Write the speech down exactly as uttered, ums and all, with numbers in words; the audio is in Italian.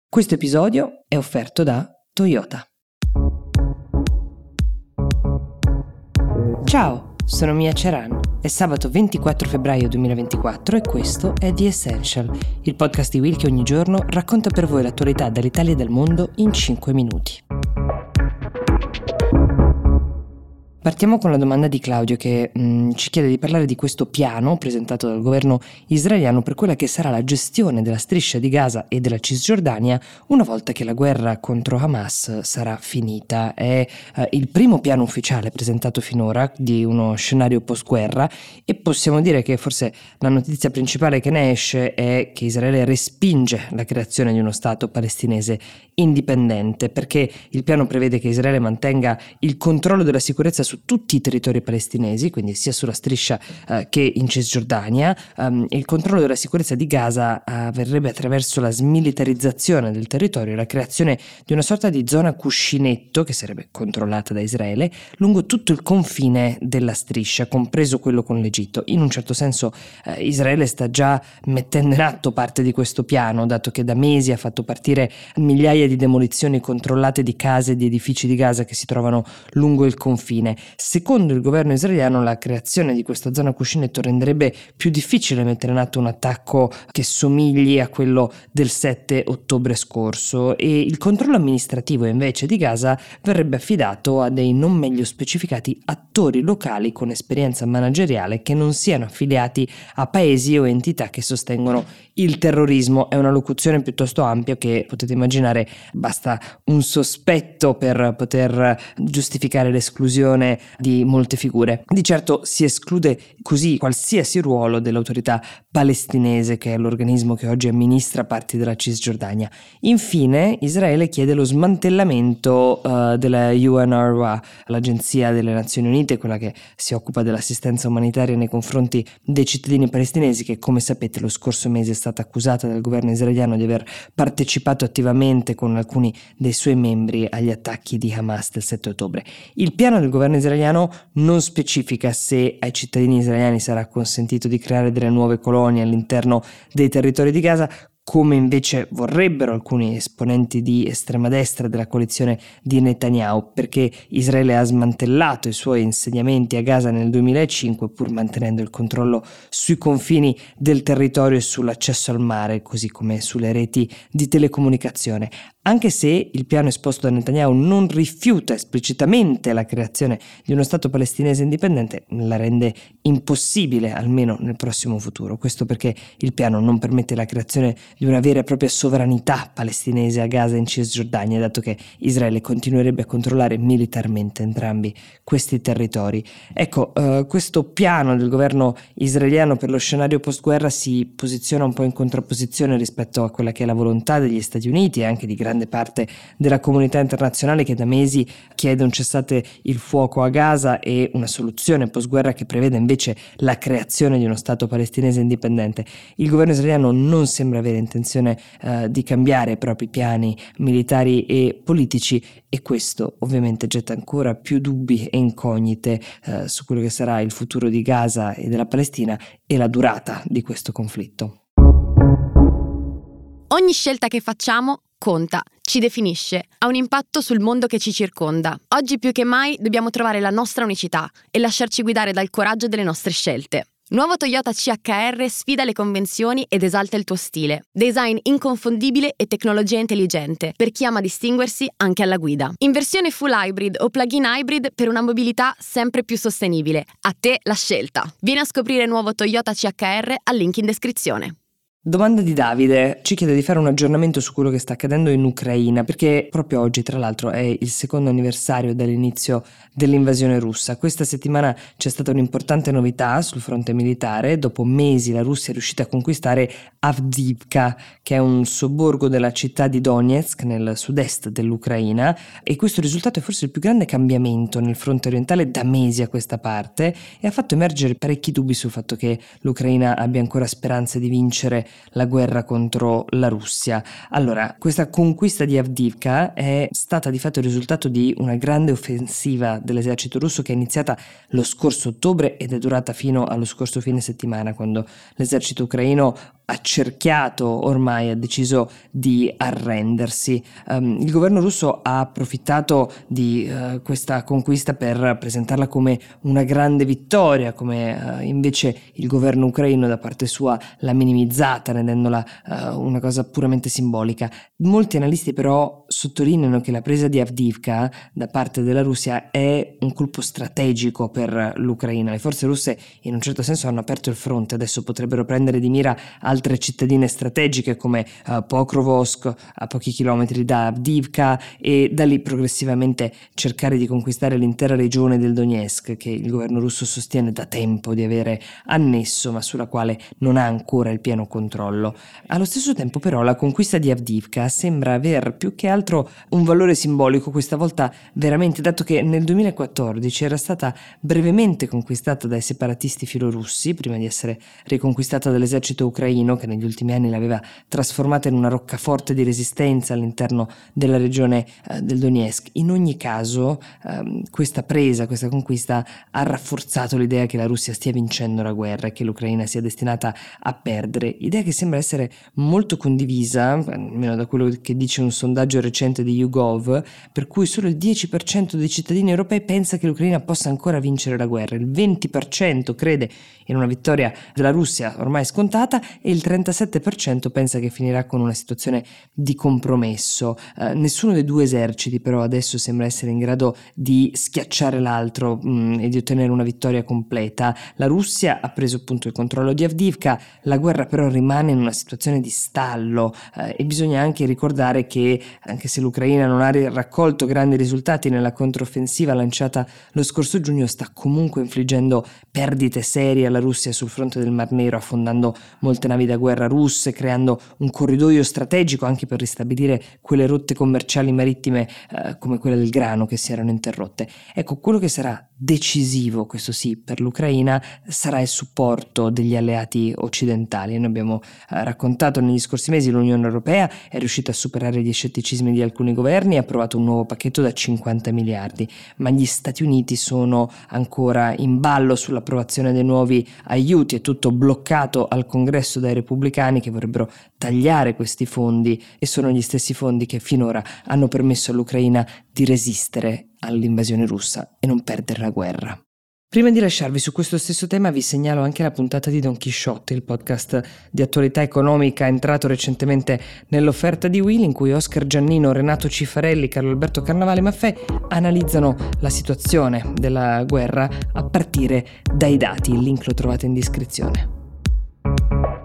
Questo episodio è offerto da Toyota. Ciao, sono Mia Ceran. È sabato ventiquattro febbraio duemilaventiquattro e questo è The Essential, il podcast di Will che ogni giorno racconta per voi l'attualità dall'Italia e dal mondo in cinque minuti. Partiamo con la domanda di Claudio che mh, ci chiede di parlare di questo piano presentato dal governo israeliano per quella che sarà la gestione della striscia di Gaza e della Cisgiordania una volta che la guerra contro Hamas sarà finita. È eh, il primo piano ufficiale presentato finora di uno scenario post-guerra e possiamo dire che forse la notizia principale che ne esce è che Israele respinge la creazione di uno Stato palestinese indipendente, perché il piano prevede che Israele mantenga il controllo della sicurezza su tutti i territori palestinesi, quindi sia sulla striscia eh, che in Cisgiordania. Um, il controllo della sicurezza di Gaza avverrebbe attraverso la smilitarizzazione del territorio e la creazione di una sorta di zona cuscinetto che sarebbe controllata da Israele lungo tutto il confine della striscia, compreso quello con l'Egitto. In un certo senso eh, Israele sta già mettendo in atto parte di questo piano, dato che da mesi ha fatto partire migliaia di demolizioni controllate di case e di edifici di Gaza che si trovano lungo il confine. Secondo il governo israeliano, la creazione di questa zona cuscinetto renderebbe più difficile mettere in atto un attacco che somigli a quello del sette ottobre scorso, e il controllo amministrativo invece di Gaza verrebbe affidato a dei non meglio specificati attori locali con esperienza manageriale che non siano affiliati a paesi o entità che sostengono il terrorismo. È una locuzione piuttosto ampia che potete immaginare basta un sospetto per poter giustificare l'esclusione di molte figure. Di certo si esclude così qualsiasi ruolo dell'autorità palestinese, che è l'organismo che oggi amministra parti della Cisgiordania. Infine, Israele chiede lo smantellamento uh, della U N R W A, l'agenzia delle Nazioni Unite, quella che si occupa dell'assistenza umanitaria nei confronti dei cittadini palestinesi, che come sapete lo scorso mese è stata accusata dal governo israeliano di aver partecipato attivamente con alcuni dei suoi membri agli attacchi di Hamas del sette ottobre. Il piano del governo israeliano non specifica se ai cittadini israeliani sarà consentito di creare delle nuove colonie all'interno dei territori di Gaza, come invece vorrebbero alcuni esponenti di estrema destra della coalizione di Netanyahu, perché Israele ha smantellato i suoi insediamenti a Gaza nel duemilacinque pur mantenendo il controllo sui confini del territorio e sull'accesso al mare, così come sulle reti di telecomunicazione. Anche se il piano esposto da Netanyahu non rifiuta esplicitamente la creazione di uno Stato palestinese indipendente, la rende impossibile almeno nel prossimo futuro. Questo perché il piano non permette la creazione di una vera e propria sovranità palestinese a Gaza e in Cisgiordania, dato che Israele continuerebbe a controllare militarmente entrambi questi territori. Ecco, uh, questo piano del governo israeliano per lo scenario post-guerra si posiziona un po' in contrapposizione rispetto a quella che è la volontà degli Stati Uniti e anche di grande parte della comunità internazionale, che da mesi chiede un cessate il fuoco a Gaza e una soluzione post-guerra che prevede invece la creazione di uno Stato palestinese indipendente. Il governo israeliano non sembra avere intenzione eh, di cambiare i propri piani militari e politici, e questo ovviamente getta ancora più dubbi e incognite eh, su quello che sarà il futuro di Gaza e della Palestina e la durata di questo conflitto. Ogni scelta che facciamo conta, ci definisce, ha un impatto sul mondo che ci circonda. Oggi più che mai dobbiamo trovare la nostra unicità e lasciarci guidare dal coraggio delle nostre scelte. Nuovo Toyota C H R sfida le convenzioni ed esalta il tuo stile. Design inconfondibile e tecnologia intelligente per chi ama distinguersi anche alla guida. In versione full hybrid o plug-in hybrid per una mobilità sempre più sostenibile. A te la scelta. Vieni a scoprire nuovo Toyota C H R al link in descrizione. Domanda di Davide, ci chiede di fare un aggiornamento su quello che sta accadendo in Ucraina, perché proprio oggi tra l'altro è il secondo anniversario dall'inizio dell'invasione russa. Questa settimana c'è stata un'importante novità sul fronte militare. Dopo mesi la Russia è riuscita a conquistare Avdiivka, che è un sobborgo della città di Donetsk nel sud-est dell'Ucraina, e questo risultato è forse il più grande cambiamento nel fronte orientale da mesi a questa parte e ha fatto emergere parecchi dubbi sul fatto che l'Ucraina abbia ancora speranze di vincere la guerra contro la Russia. Allora, questa conquista di Avdiivka è stata di fatto il risultato di una grande offensiva dell'esercito russo che è iniziata lo scorso ottobre ed è durata fino allo scorso fine settimana, quando l'esercito ucraino accerchiato ormai, ha deciso di arrendersi. Um, il governo russo ha approfittato di uh, questa conquista per presentarla come una grande vittoria, come uh, invece il governo ucraino da parte sua l'ha minimizzata, rendendola uh, una cosa puramente simbolica. Molti analisti però sottolineano che la presa di Avdiivka da parte della Russia è un colpo strategico per l'Ucraina. Le forze russe in un certo senso hanno aperto il fronte, adesso potrebbero prendere di mira altre cittadine strategiche come uh, Pokrovsk, a pochi chilometri da Avdiivka, e da lì progressivamente cercare di conquistare l'intera regione del Donetsk, che il governo russo sostiene da tempo di avere annesso, ma sulla quale non ha ancora il pieno controllo. Allo stesso tempo però la conquista di Avdiivka sembra aver più che altro un valore simbolico, questa volta veramente, dato che nel duemilaquattordici era stata brevemente conquistata dai separatisti filorussi prima di essere riconquistata dall'esercito ucraino, che negli ultimi anni l'aveva trasformata in una roccaforte di resistenza all'interno della regione eh, del Donetsk. In ogni caso ehm, questa presa, questa conquista ha rafforzato l'idea che la Russia stia vincendo la guerra e che l'Ucraina sia destinata a perdere, idea che sembra essere molto condivisa, almeno da quello che dice un sondaggio recente di YouGov, per cui solo il dieci per cento dei cittadini europei pensa che l'Ucraina possa ancora vincere la guerra, il venti per cento crede in una vittoria della Russia ormai scontata e il trentasette per cento pensa che finirà con una situazione di compromesso. Eh, nessuno dei due eserciti però adesso sembra essere in grado di schiacciare l'altro mh, e di ottenere una vittoria completa. La Russia ha preso appunto il controllo di Avdiivka, la guerra però rimane in una situazione di stallo eh, e bisogna anche ricordare che anche se l'Ucraina non ha raccolto grandi risultati nella controffensiva lanciata lo scorso giugno, sta comunque infliggendo perdite serie alla Russia sul fronte del Mar Nero, affondando molte navi da guerra russe, creando un corridoio strategico anche per ristabilire quelle rotte commerciali marittime eh, come quelle del grano che si erano interrotte. Ecco, quello che sarà decisivo, questo sì, per l'Ucraina sarà il supporto degli alleati occidentali. Noi abbiamo eh, raccontato negli scorsi mesi l'Unione Europea è riuscita a superare gli scetticismi di alcuni governi e ha approvato un nuovo pacchetto da cinquanta miliardi, ma gli Stati Uniti sono ancora in ballo sull'approvazione dei nuovi aiuti, è tutto bloccato al Congresso dai repubblicani che vorrebbero tagliare questi fondi, e sono gli stessi fondi che finora hanno permesso all'Ucraina di resistere all'invasione russa e non perdere la guerra. Prima di lasciarvi su questo stesso tema vi segnalo anche la puntata di Don Chisciotte, il podcast di attualità economica entrato recentemente nell'offerta di Will, in cui Oscar Giannino, Renato Cifarelli, Carlo Alberto Carnavale Maffè analizzano la situazione della guerra a partire dai dati. Il link lo trovate in descrizione.